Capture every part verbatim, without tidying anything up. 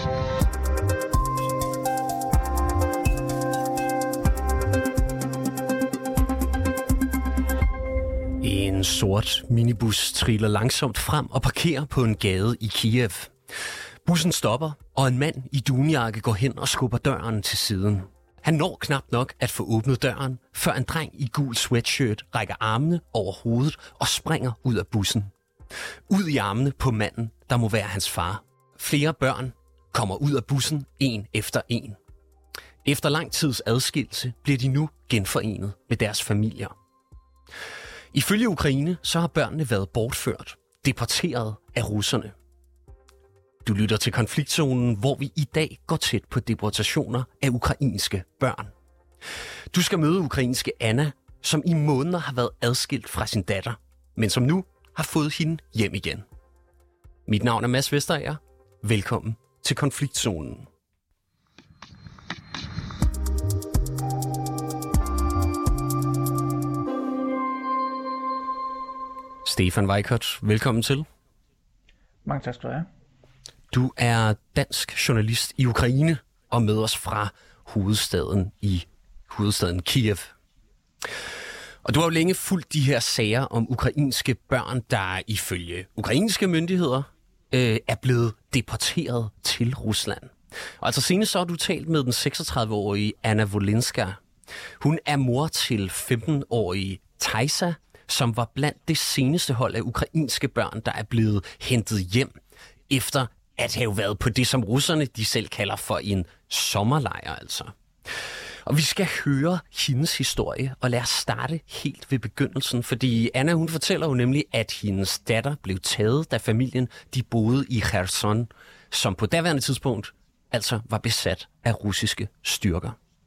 En sort minibus triller langsomt frem og parkerer på en gade i Kiev. Bussen stopper, og en mand i dunjakke går hen og skubber døren til siden. Han når knap nok at få åbnet døren, før en dreng i gul sweatshirt rækker armene over hovedet og springer ud af bussen. Ud i armene på manden, der må være hans far. Flere børn kommer ud af bussen, en efter en. Efter lang tids adskillelse bliver de nu genforenet med deres familier. Ifølge Ukraine så har børnene været bortført, deporteret af russerne. Du lytter til Konfliktzonen, hvor vi i dag går tæt på deportationer af ukrainske børn. Du skal møde ukrainske Anna, som i måneder har været adskilt fra sin datter, men som nu har fået hende hjem igen. Mit navn er Mads Vesterager. Velkommen til Konfliktzonen. Stefan Weikert, velkommen til. Mange tak skal du have. Du er dansk journalist i Ukraine og med os fra hovedstaden i hovedstaden Kiev. Og du har jo længe fulgt de her sager om ukrainske børn, der ifølge ukrainske myndigheder øh, er blevet deporteret til Rusland. Og altså senest så har du talt med den seksogtredive-årige Anna Volinska. Hun er mor til femten-årige Taisa, som var blandt det seneste hold af ukrainske børn, der er blevet hentet hjem, efter at have været på det, som russerne de selv kalder for en sommerlejr altså. Og vi skal høre hendes historie, og lad os starte helt ved begyndelsen, fordi Anna hun fortæller jo nemlig, at hendes datter blev taget, da familien de boede i Kherson, som på daværende tidspunkt altså var besat af russiske styrker.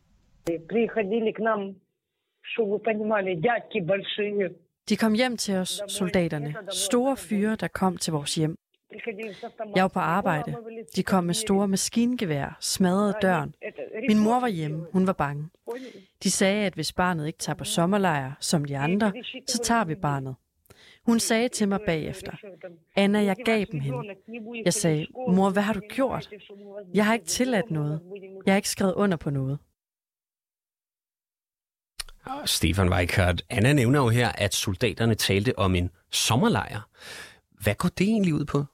De kom hjem til os, soldaterne. Store fyre, der kom til vores hjem. Jeg var på arbejde. De kom med store maskingevær, smadrede døren. Min mor var hjemme. Hun var bange. De sagde, at hvis barnet ikke tager på sommerlejr, som de andre, så tager vi barnet. Hun sagde til mig bagefter, Anna, jeg gav dem hende. Jeg sagde, mor, hvad har du gjort? Jeg har ikke tilladt noget. Jeg har ikke skrevet under på noget. Stefan Weikert, Anna nævner jo her, at soldaterne talte om en sommerlejr. Hvad går det egentlig ud på?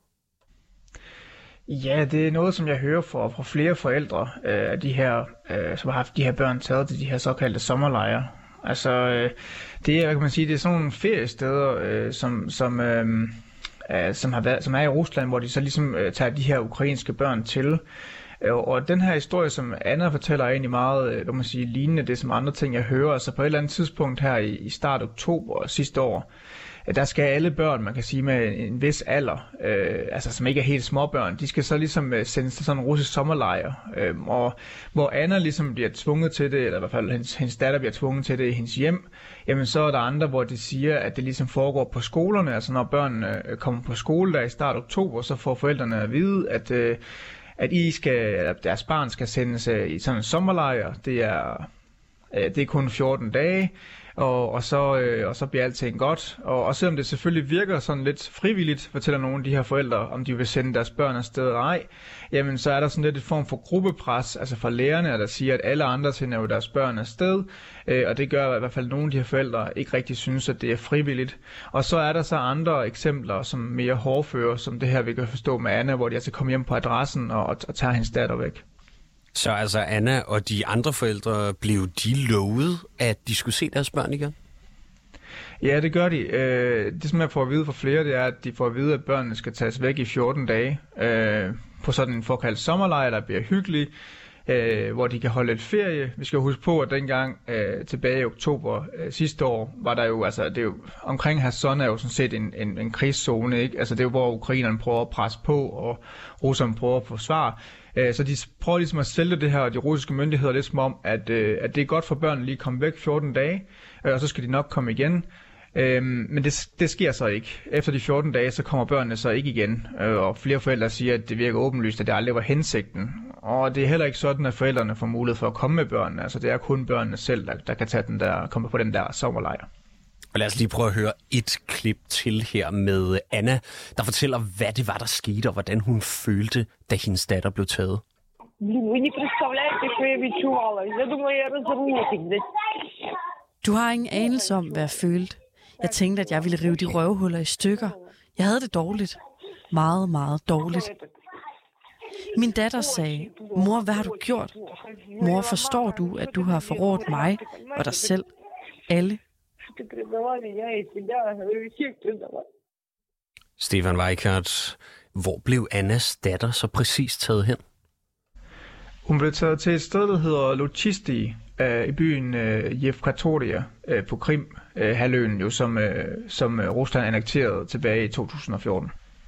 Ja, det er noget, som jeg hører fra, fra flere forældre, øh, de her, øh, som har haft de her børn taget til de her såkaldte sommerlejre. Altså, øh, det er, hvad kan man sige, det er sådan nogle feriesteder, øh, som, som, øh, øh, som, har været, som er i Rusland, hvor de så ligesom øh, tager de her ukrainske børn til. Og den her historie, som Anna fortæller, er egentlig meget, kan man sige, lignende det, som andre ting, jeg hører. Altså på et eller andet tidspunkt her i, i start oktober sidste år, der skal alle børn, man kan sige med en vis alder, øh, altså som ikke er helt småbørn, de skal så ligesom øh, sendes til sådan en russisk sommerlejr. Øh, og hvor Anna ligesom bliver tvunget til det, eller i hvert fald hendes, hendes datter bliver tvunget til det i hendes hjem, jamen så er der andre, hvor de siger, at det ligesom foregår på skolerne. Altså når børnene øh, kommer på skole der i start oktober, så får forældrene at vide, at øh, at I skal, at deres barn skal sendes i sådan en sommerlejr. Det er, det er kun fjorten dage, og, og, så, og så bliver alting godt. Og, og selvom det selvfølgelig virker sådan lidt frivilligt, fortæller nogle af de her forældre, om de vil sende deres børn afsted eller ej, jamen så er der sådan lidt et form for gruppepres, altså fra lærerne, der siger, at alle andre sender jo deres børn afsted, øh, og det gør i hvert fald nogle af de her forældre ikke rigtig synes, at det er frivilligt. Og så er der så andre eksempler, som mere hårdfører, som det her vi kan forstå med Anna, hvor de altså kommer hjem på adressen og, og tager hendes datter væk. Så altså Anna og de andre forældre, blev de lovet, at de skulle se deres børn igen? Ja, det gør de. Øh, det som jeg får at vide fra flere, det er, at de får at vide, at børnene skal tages væk i fjorten dage øh, på sådan en forkaldt sommerlejr, der bliver hyggelig, øh, hvor de kan holde et ferie. Vi skal huske på, at dengang øh, tilbage i oktober øh, sidste år, var der jo, altså det er jo, omkring Kherson er jo sådan set en, en, en krigszone, ikke? Altså det er jo, hvor ukrainerne prøver at presse på, og russerne prøver at forsvare. Så de prøver ligesom at sælge det her, og de russiske myndigheder lidt som om, at, at det er godt for børnene lige at komme væk fjorten dage, og så skal de nok komme igen. Men det, det sker så ikke. Efter de fjorten dage, så kommer børnene så ikke igen, og flere forældre siger, at det virker åbenlyst, at det aldrig var hensigten. Og det er heller ikke sådan, at forældrene får mulighed for at komme med børnene. Altså det er kun børnene selv, der, der kan tage den der, komme på den der sommerlejr. Og lad os lige prøve at høre et klip til her med Anna, der fortæller, hvad det var, der skete, og hvordan hun følte, da hendes datter blev taget. Du har ingen anelse om, hvad jeg følte. Jeg tænkte, at jeg ville rive de røvhuller i stykker. Jeg havde det dårligt. Meget, meget dårligt. Min datter sagde, mor, hvad har du gjort? Mor, forstår du, at du har forrådt mig og dig selv? Alle. Stefan Weikert, hvor blev Annas datter så præcis taget hen? Hun blev taget til et sted, der hedder Luchisti, øh, i byen øh, Yevpatoria øh, på Krim, øh, halvøen, jo, som, øh, som øh, Rusland annekterede tilbage i to tusind og fjorten.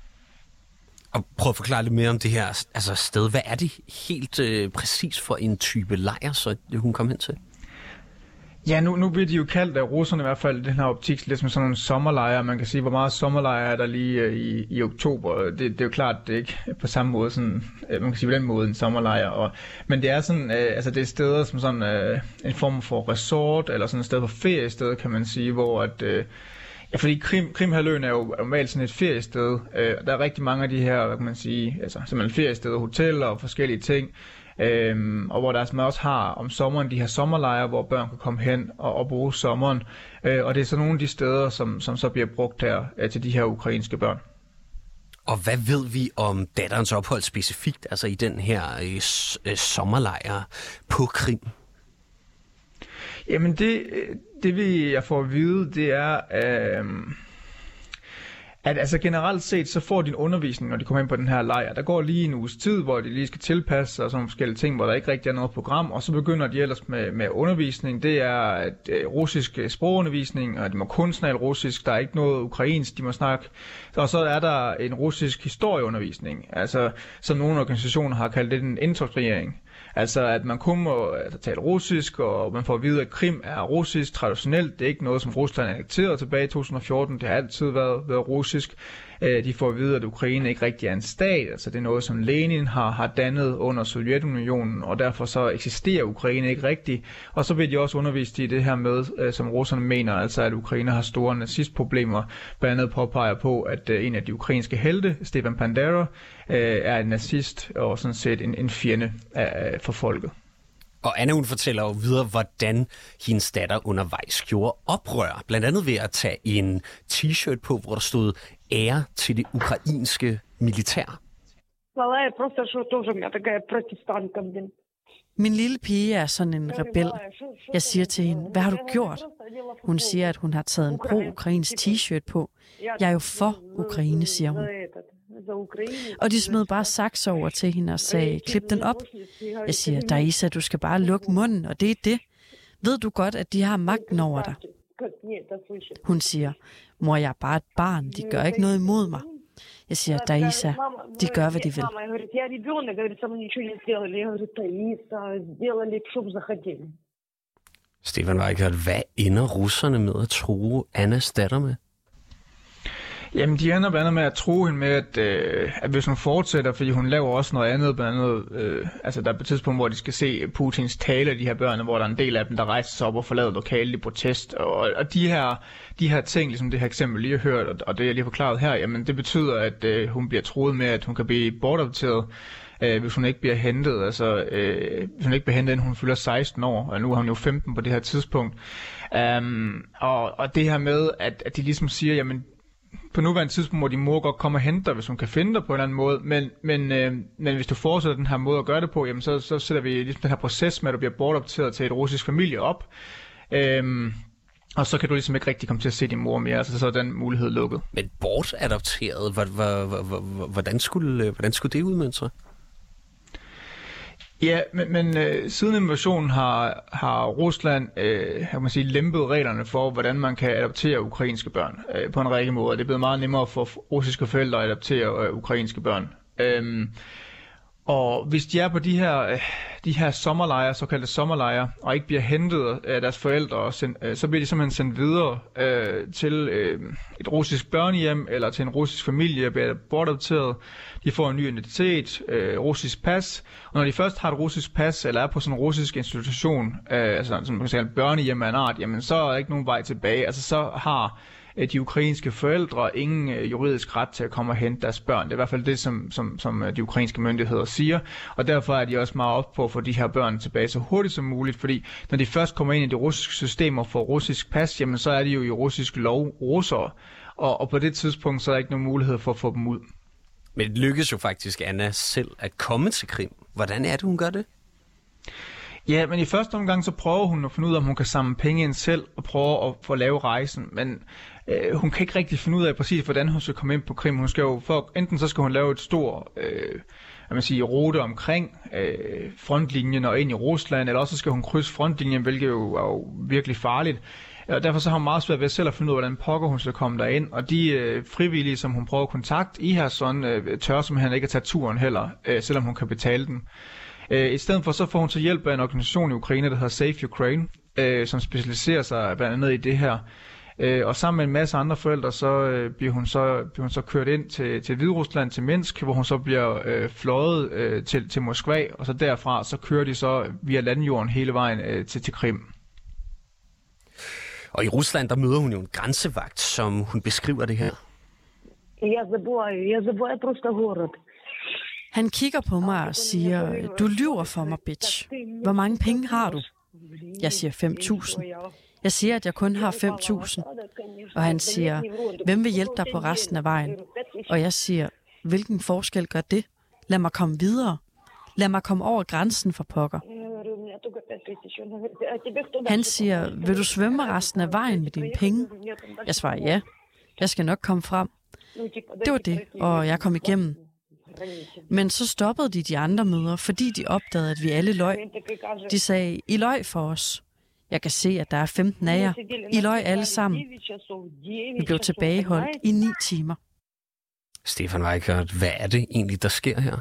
Og prøv at forklare lidt mere om det her altså sted. Hvad er det helt øh, præcis for en type lejr, så hun kom hen til? Ja, nu, nu bliver de jo kaldt af russerne i hvert fald, den her optik, lidt som sådan nogle sommerlejre. Man kan sige, hvor meget sommerlejre er der lige uh, i, i oktober. Det, det er jo klart, det er ikke på samme måde, sådan, uh, man kan sige på den måde, en sommerlejre. Og, men det er sådan, uh, altså det er steder som sådan uh, en form for resort, eller sådan et sted for feriested, kan man sige, hvor at... Uh, ja, fordi Krim, Krimhalvøen er jo normalt sådan et feriested. Uh, der er rigtig mange af de her, hvad kan man sige, altså simpelthen feriesteder, hoteller og forskellige ting. Øhm, og hvor der man også har om sommeren de her sommerlejre, hvor børn kan komme hen og, og bruge sommeren. Øh, og det er så nogle af de steder, som, som så bliver brugt her øh, til de her ukrainske børn. Og hvad ved vi om datterens ophold specifikt, altså i den her øh, s- øh, sommerlejr på Krim? Jamen det, det vi jeg får at vide, det er... Øh, At altså generelt set, så får din undervisning, når de kommer ind på den her lejr. Der går lige en uges tid, hvor de lige skal tilpasse sig og sådan nogle forskellige ting, hvor der ikke rigtig er noget program. Og så begynder de ellers med, med undervisning. Det er at, uh, russisk sprogundervisning, og de må kun snakke russisk. Der er ikke noget ukrainsk, de må snakke. Og så er der en russisk historieundervisning, altså som nogle organisationer har kaldt det en indoktrinering. Altså at man kun må altså, tale russisk, og man får at vide, at Krim er russisk traditionelt. Det er ikke noget, som Rusland annekterede tilbage i to tusind og fjorten. Det har altid været, været russisk. De får at vide, at Ukraine ikke rigtig er en stat. Altså det er noget, som Lenin har, har dannet under Sovjetunionen, og derfor så eksisterer Ukraine ikke rigtigt. Og så vil de også undervist i det her med, som russerne mener, altså at Ukraine har store nazistproblemer. Blandt andet påpeger på, at en af de ukrainske helte, Stepan Bandera, er en nazist og sådan set en, en fjende af, for folket. Og Anna, hun fortæller jo videre, hvordan hendes datter undervejs gjorde oprør. Blandt andet ved at tage en t-shirt på, hvor der stod ære til det ukrainske militær. Min lille pige er sådan en rebel. Jeg siger til hende, hvad har du gjort? Hun siger, at hun har taget en pro-ukrainsk t-shirt på. Jeg er jo for Ukraine, siger hun. Og de smed bare saks over til hende og sagde, klip den op. Jeg siger, Daisa, du skal bare lukke munden, og det er det. Ved du godt, at de har magten over dig? Hun siger, mor, jeg er bare et barn, de gør ikke noget imod mig. Jeg siger, Daisa, de gør, hvad de vil. Stefan Weikert, hvad ender russerne med at true Annas datter med? Jamen, de ender blandt andet med at tro hende med, at, øh, at hvis hun fortsætter, fordi hun laver også noget andet, blandt andet, øh, altså der er på et tidspunkt, hvor de skal se Putins tale af de her børn, hvor der er en del af dem, der rejser sig op og forlader lokalet i protest, og, og de, her, de her ting, ligesom det her eksempel lige har hørt, og, og det jeg lige har forklaret her, jamen det betyder, at øh, hun bliver truet med, at hun kan blive bortadopteret, øh, hvis hun ikke bliver hentet, altså øh, hvis hun ikke bliver hentet, inden hun fylder seksten år, og nu er hun jo femten på det her tidspunkt. Um, og, og det her med, at, at de ligesom siger, jamen på nuværende tidspunkt må din mor godt komme og hente dig, hvis hun kan finde dig på en eller anden måde, men, men, øh, men hvis du fortsætter den her måde at gøre det på, jamen så, så sætter vi ligesom den her proces med, at du bliver bortadopteret til et russisk familie op, øhm, og så kan du ligesom ikke rigtig komme til at se din mor mere, altså så er den mulighed lukket. Men bortadopteret, hvordan skulle, hvordan skulle det udmønte sig? Ja, men, men øh, siden invasionen har, har Rusland øh, kan man sige, lempet reglerne for, hvordan man kan adoptere ukrainske børn øh, på en række måder. Det er blevet meget nemmere for russiske forældre at adoptere øh, ukrainske børn. Øhm, Og hvis de er på de her, de her sommerlejre, såkaldte sommerlejre, og ikke bliver hentet af deres forældre, og sendt, så bliver de simpelthen sendt videre øh, til øh, et russisk børnehjem, eller til en russisk familie, bliver bortadopteret. De får en ny identitet, øh, russisk pas, og når de først har et russisk pas, eller er på sådan en russisk institution, øh, altså som man kan sige, børnehjem af en art, jamen så er der ikke nogen vej tilbage. Altså så har de ukrainske forældre ingen øh, juridisk ret til at komme og hente deres børn. Det er i hvert fald det, som, som, som de ukrainske myndigheder siger, og derfor er de også meget op på at få de her børn tilbage så hurtigt som muligt, fordi når de først kommer ind i det russiske system og får russisk pas, jamen så er de jo i russisk lov russere, og, og på det tidspunkt så er der ikke nogen mulighed for at få dem ud. Men det lykkes jo faktisk Anna selv at komme til Krim. Hvordan er det, hun gør det? Ja, men i første omgang så prøver hun at finde ud af, om hun kan samle penge ind selv og prøve at få lave rejsen, men øh, hun kan ikke rigtig finde ud af præcis, hvordan hun skal komme ind på Krim. Hun skal jo for, enten så skal hun lave et stort øh, man sige, rute omkring øh, frontlinjen og ind i Rusland, eller også så skal hun krydse frontlinjen, hvilket jo er jo virkelig farligt. Og derfor så har hun meget svært ved selv at finde ud af, hvordan pokker hun skal komme derind. Og de øh, frivillige, som hun prøver at kontakte i her sådan, øh, tør simpelthen ikke at tage turen heller, øh, selvom hun kan betale den. Øh, I stedet for så får hun så hjælp af en organisation i Ukraine, der hedder Save Ukraine, øh, som specialiserer sig blandt andet i det her. Øh, og sammen med en masse andre forældre, så, øh, bliver, hun så bliver hun så kørt ind til, til Hviderusland, til Minsk, hvor hun så bliver øh, fløjet øh, til, til Moskva, og så derfra så kører de så via landjorden hele vejen øh, til, til Krim. Og i Rusland, der møder hun jo en grænsevagt, som hun beskriver det her. Han kigger på mig og siger, du lyver for mig, bitch. Hvor mange penge har du? Jeg siger fem tusind. Jeg siger, at jeg kun har fem tusind. Og han siger, hvem vil hjælpe dig på resten af vejen? Og jeg siger, hvilken forskel gør det? Lad mig komme videre. Lad mig komme over grænsen for pokker. Han siger, vil du svømme resten af vejen med dine penge? Jeg svarer ja. Jeg skal nok komme frem. Det var det, og jeg kom igennem. Men så stoppede de de andre møder, fordi de opdagede, at vi alle løg. De sagde, I løg for os. Jeg kan se, at der er femten af jer. I løg alle sammen. Vi blev tilbageholdt i ni timer. Stefan Weikert, hvad er det egentlig, der sker her?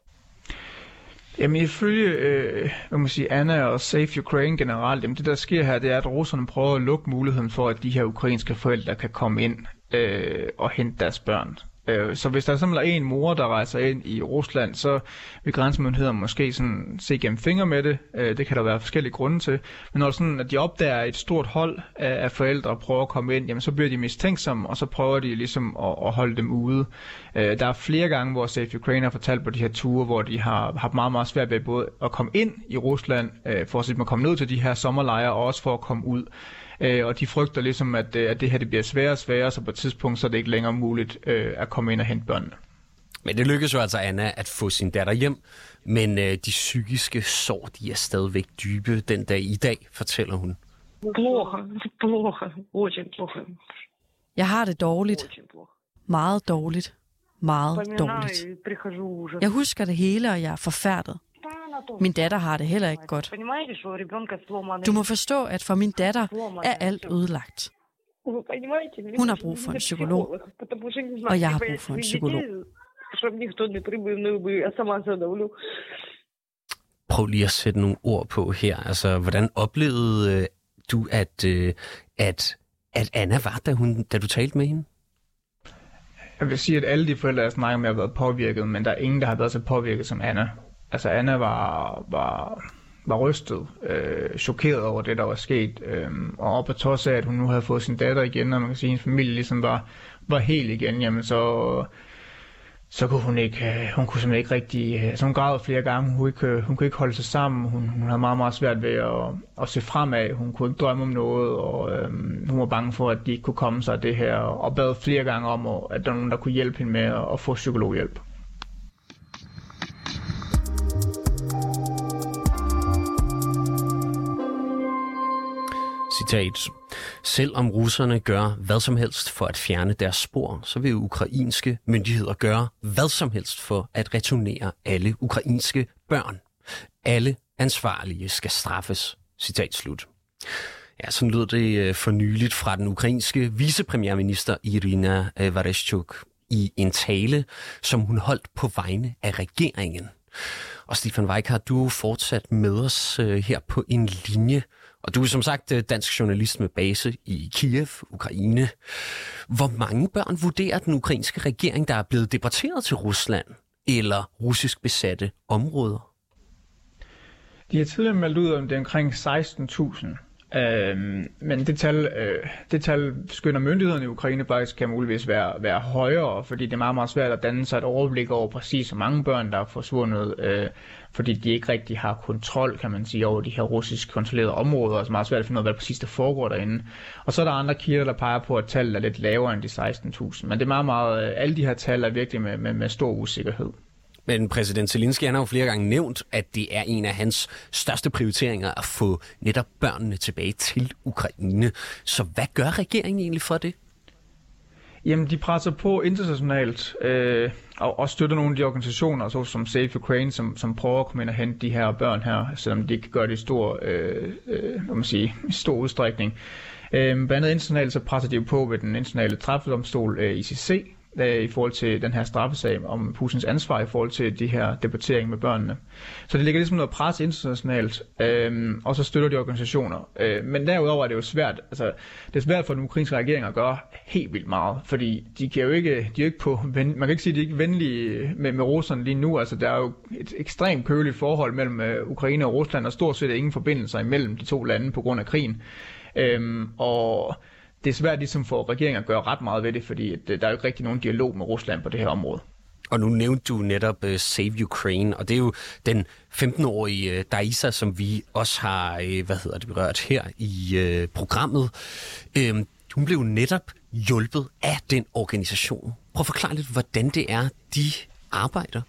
Jamen ifølge øh, hvad man sige, Anna og Save Ukraine generelt, jamen det der sker her, det er, at russerne prøver at lukke muligheden for, at de her ukrainske forældre kan komme ind øh, og hente deres børn. Så hvis der simpelthen er en mor, der rejser ind i Rusland, så vil grænsemyndighederne måske sådan se gennem fingre med det. Det kan der være forskellige grunde til. Men når sådan, at de opdager et stort hold af forældre og prøver at komme ind, jamen så bliver de mistænksomme, og så prøver de ligesom at, at holde dem ude. Der er flere gange, hvor Save Ukraine har fortalt på de her ture, hvor de har haft meget, meget svært ved både at komme ind i Rusland, for at komme ned til de her sommerlejre, og også for at komme ud. Og de frygter ligesom, at, at det her det bliver sværere og sværere, så på et tidspunkt så er det ikke længere muligt øh, at komme ind og hente børnene. Men det lykkedes jo altså Anna at få sin datter hjem, men øh, de psykiske sår, de er stadigvæk dybe den dag i dag, fortæller hun. Плохо, плохо, очень плохо. Jeg har det dårligt. Meget dårligt. Meget dårligt. Jeg husker det hele, og jeg er forfærdet. Min datter har det heller ikke godt. Du må forstå, at for min datter er alt ødelagt. Hun har brug for en psykolog, og jeg har brug for en psykolog. Prøv lige at sætte nogle ord på her. Altså, hvordan oplevede du, at, at, at Anna var, da, hun, da du talte med hende? Jeg vil sige, at alle de forældre, jeg snakker med, har været påvirket, men der er ingen, der har været så påvirket som Anna. Altså Anna var, var, var rystet, øh, chokeret over det, der var sket, øh, og op på trods af, at hun nu havde fået sin datter igen, og man kan sige, at hendes familie ligesom var, var helt igen, jamen så, så kunne hun ikke, hun kunne simpelthen ikke rigtig, altså hun græd flere gange, hun, ikke, hun kunne ikke holde sig sammen, hun, hun havde meget, meget svært ved at, at se fremad, hun kunne ikke drømme om noget, og øh, hun var bange for, at de ikke kunne komme sig af det her, og bad flere gange om, at der var nogen, der kunne hjælpe hende med at, at få psykologhjælp. Citat. Selvom russerne gør hvad som helst for at fjerne deres spor, så vil ukrainske myndigheder gøre hvad som helst for at returnere alle ukrainske børn. Alle ansvarlige skal straffes. Citat slut. Ja, sådan lød det for nyligt fra den ukrainske vicepremierminister Irina Vereshchuk i en tale, som hun holdt på vegne af regeringen. Og Stefan Weikart, du er fortsat med os øh, her på en linje. Og du er som sagt dansk journalist med base i Kiev, Ukraine. Hvor mange børn vurderer den ukrainske regering, der er blevet deporteret til Rusland eller russisk besatte områder? De har tidligere meldt ud om det er omkring seksten tusind. Øhm, men det tal, øh, det tal skynder myndighederne i Ukraine faktisk kan muligvis være, være højere, fordi det er meget, meget svært at danne sig et overblik over præcis, hvor mange børn, der er forsvundet, øh, fordi de ikke rigtig har kontrol, kan man sige, over de her russisk kontrollerede områder, og så er meget svært at finde ud af, hvad præcis der foregår derinde. Og så er der andre kilder, der peger på, at tallet er lidt lavere end de seksten tusind, men det er meget, meget, alle de her tal er virkelig med, med, med stor usikkerhed. Men præsident Zelensky han har jo flere gange nævnt, at det er en af hans største prioriteringer at få netop børnene tilbage til Ukraine. Så hvad gør regeringen egentlig for det? Jamen, de presser på internationalt øh, og, og støtter nogle af de organisationer, så som Save Ukraine, som, som prøver at komme ind og hente de her børn her, selvom de ikke gør det i stor, øh, øh, hvad man siger, i stor udstrækning. Øh, blandt andet internationalt så presser de jo på ved den internationale straffedomstol øh, I C C, i forhold til den her straffesag om Putins ansvar i forhold til de her deportering med børnene. Så det ligger ligesom noget pres internationalt, øhm, og så støtter de organisationer. Øh, men derudover er det jo svært, altså det er svært for den ukrainske regering at gøre helt vildt meget, fordi de kan jo ikke, de er jo ikke på, man kan ikke sige, at de er ikke venlige med, med Rusland lige nu. Altså der er jo et ekstremt køligt forhold mellem øh, Ukraine og Rusland, og stort set ingen forbindelser imellem de to lande på grund af krigen. Øhm, og det er svært ligesom for regeringen at gøre ret meget ved det, fordi der er jo ikke rigtig nogen dialog med Rusland på det her område. Og nu nævnte du netop uh, Save Ukraine, og det er jo den femten-årige uh, Daisa, som vi også har uh, hvad hedder det, berørt her i uh, programmet. Uh, hun blev netop hjulpet af den organisation. Prøv at forklare lidt, hvordan det er, de arbejder.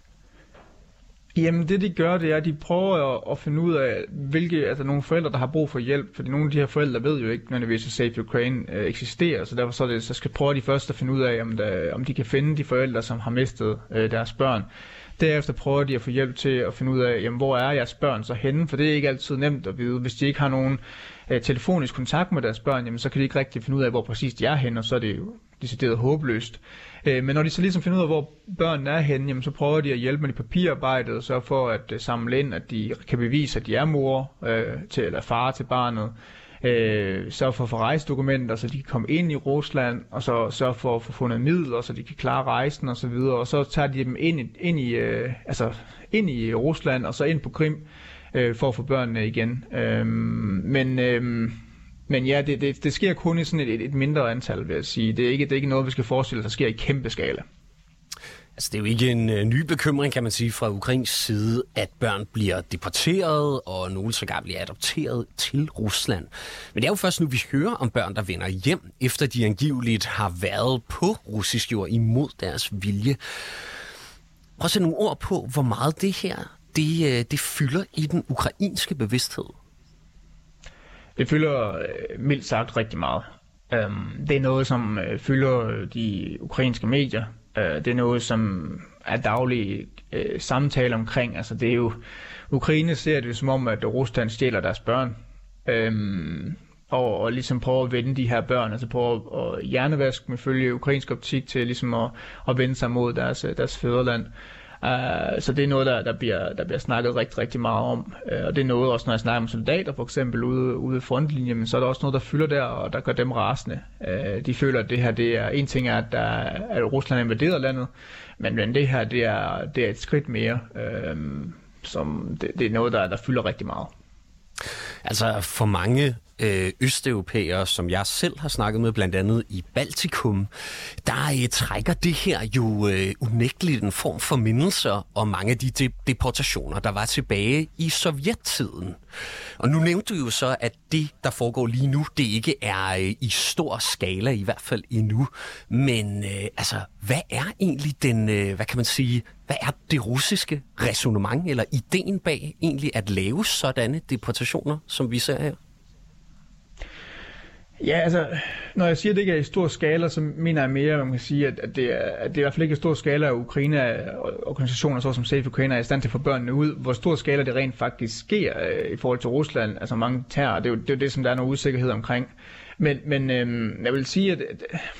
Jamen det de gør, det er, at de prøver at, at finde ud af, hvilke, altså nogle forældre, der har brug for hjælp, fordi nogle af de her forældre ved jo ikke nødvendigvis, at Save Ukraine øh, eksisterer, så derfor så, det, så skal prøve de først at finde ud af, om, der, om de kan finde de forældre, som har mistet øh, deres børn. Derefter prøver de at få hjælp til at finde ud af, jamen, hvor er jeres børn så henne, for det er ikke altid nemt at vide. Hvis de ikke har nogen øh, telefonisk kontakt med deres børn, jamen, så kan de ikke rigtig finde ud af, hvor præcis de er henne, og så er det jo decideret håbløst. Øh, men når de så ligesom finder ud af, hvor børnene er henne, jamen, så prøver de at hjælpe med de papirarbejdet, og sørge for at øh, samle ind, at de kan bevise, at de er mor øh, til, eller far til barnet. Øh, sørge for at få rejsedokumenter, så de kan komme ind i Rusland, og så sørge for at få fundet midler, så de kan klare rejsen og så videre, og så tager de dem ind i, ind i, øh, altså ind i Rusland, og så ind på Krim, øh, for at få børnene igen. Øh, men, øh, men ja, det, det, det sker kun i sådan et, et mindre antal, vil jeg sige. Det er ikke, det er ikke noget, vi skal forestille os, der sker i kæmpe skala. Altså, det er jo ikke en øh, ny bekymring, kan man sige, fra Ukrains side, at børn bliver deporteret, og nogle sågar bliver adopteret til Rusland. Men det er jo først nu, vi hører om børn, der vender hjem, efter de angiveligt har været på russisk jord imod deres vilje. Prøv at sætte nogle ord på, hvor meget det her, det, øh, det fylder i den ukrainske bevidsthed. Det fylder øh, mildt sagt rigtig meget. Um, det er noget, som øh, fylder de ukrainske medier. Det er noget, som er daglige øh, samtaler omkring. Altså, det er jo, Ukraine ser det som om, at Rusland stjæler deres børn. Øhm, og, og ligesom prøver at vende de her børn, altså prøver at hjernevaske med følge ukrainsk optik til ligesom at, at vende sig mod deres, deres fædreland. Uh, så det er noget, der, der, bliver, der bliver snakket rigtig, rigtig meget om. Uh, og det er noget også, når jeg snakker om soldater, for eksempel ude, ude i frontlinjen, men så er der også noget, der fylder der, og der gør dem rasende. Uh, de føler, at det her, det er en ting er, at, der, at Rusland invaderer landet, men, men det her, det er, det er et skridt mere, uh, som det, det er noget, der, der fylder rigtig meget. Altså for mange øh, østeuropæere, som jeg selv har snakket med, blandt andet i Baltikum, der øh, trækker det her jo øh, unægteligt en form for mindelser om mange af de de deportationer, der var tilbage i sovjettiden. Og nu nævnte du jo så, at det, der foregår lige nu, det ikke er øh, i stor skala, i hvert fald endnu. Men øh, altså, hvad er egentlig den, øh, hvad kan man sige, hvad er det russiske ræsonnement eller ideen bag egentlig at lave sådanne deportationer, som vi ser her? Ja, altså, når jeg siger, at det ikke er i stor skala, så mener jeg mere, at man kan sige, at, at, det, er, at det er i hvert fald ikke i stor skala, at Ukraine og organisationer såsom Save Ukraine er i stand til at få børnene ud. Hvor stor skala det rent faktisk sker øh, i forhold til Rusland, altså mange terror, det er jo det, er jo det, som der er noget usikkerhed omkring. Men, men øh, jeg vil sige, at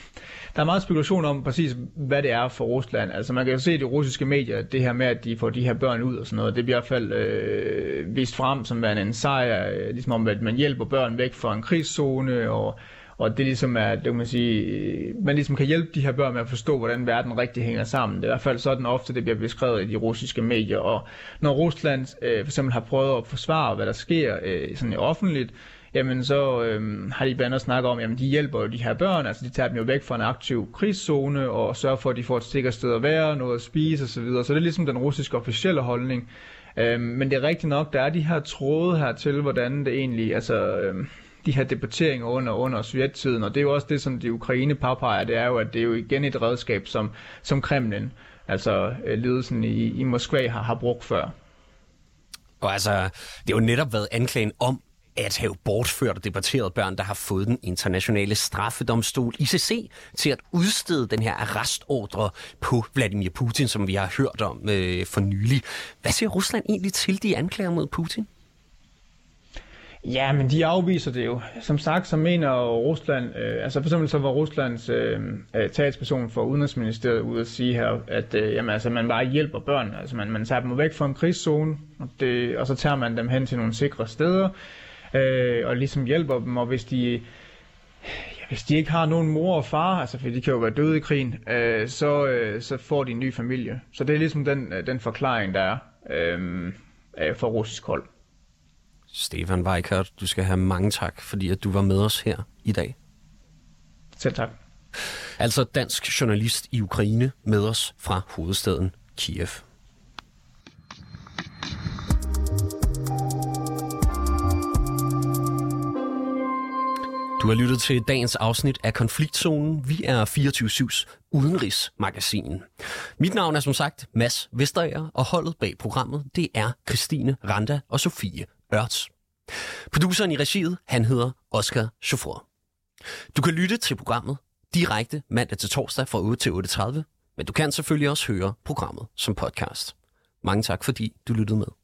der er meget spekulation om præcis, hvad det er for Rusland. Altså man kan jo se i de russiske medier, det her med, at de får de her børn ud og sådan noget, det bliver i hvert fald øh, vist frem som værende en sejr, øh, ligesom om, at man hjælper børn væk fra en krigszone, og, og det ligesom er, det kan man sige, man ligesom kan hjælpe de her børn med at forstå, hvordan verden rigtig hænger sammen. Det er i hvert fald sådan ofte, det bliver beskrevet i de russiske medier, og når Rusland øh, for eksempel har prøvet at forsvare, hvad der sker øh, sådan offentligt, jamen så øhm, har de blandt andet snakket om, jamen de hjælper jo de her børn, altså de tager dem jo væk fra en aktiv krigszone og sørger for, at de får et sikkert sted at være, noget at spise osv. Så, så det er ligesom den russiske officielle holdning. Øhm, men det er rigtigt nok, der er de her tråde her til, hvordan det egentlig, altså øhm, de her debatteringer under, under sovjettiden, og det er jo også det, som de Ukraine påpeger, det er jo, at det er jo igen et redskab, som, som Kremlin, altså øh, ledelsen i, i Moskva har, har brugt før. Og altså, det har jo netop været anklagen om, at have bortført og deporteret børn, der har fået den internationale straffedomstol I C C til at udstede den her arrestordre på Vladimir Putin, som vi har hørt om øh, for nylig. Hvad siger Rusland egentlig til de anklager mod Putin? Ja, men de afviser det jo. Som sagt, så mener Rusland, øh, altså for eksempel så var Ruslands øh, talsperson for Udenrigsministeriet ude at sige her, at øh, jamen, altså, man bare hjælper børn. Altså man, man tager dem væk fra en krigszone, og, det, og så tager man dem hen til nogle sikre steder, øh, og ligesom hjælper dem, og hvis de, ja, hvis de ikke har nogen mor og far, altså for de kan jo være døde i krigen, øh, så, øh, så får de en ny familie. Så det er ligesom den, den forklaring, der er øh, for russisk hold. Stefan Weikert, du skal have mange tak, fordi at du var med os her i dag. Selv tak. Altså dansk journalist i Ukraine med os fra hovedstaden Kiev. Du har lyttet til dagens afsnit af Konfliktzonen. Vi er fireogtyve syvs udenrigsmagasin. Mit navn er som sagt Mads Vesterager, og holdet bag programmet, det er Christine Randa og Sofie Ørts. Produceren i regiet, han hedder Oscar Chauffeur. Du kan lytte til programmet direkte mandag til torsdag fra otte til otte tredive, men du kan selvfølgelig også høre programmet som podcast. Mange tak, fordi du lyttede med.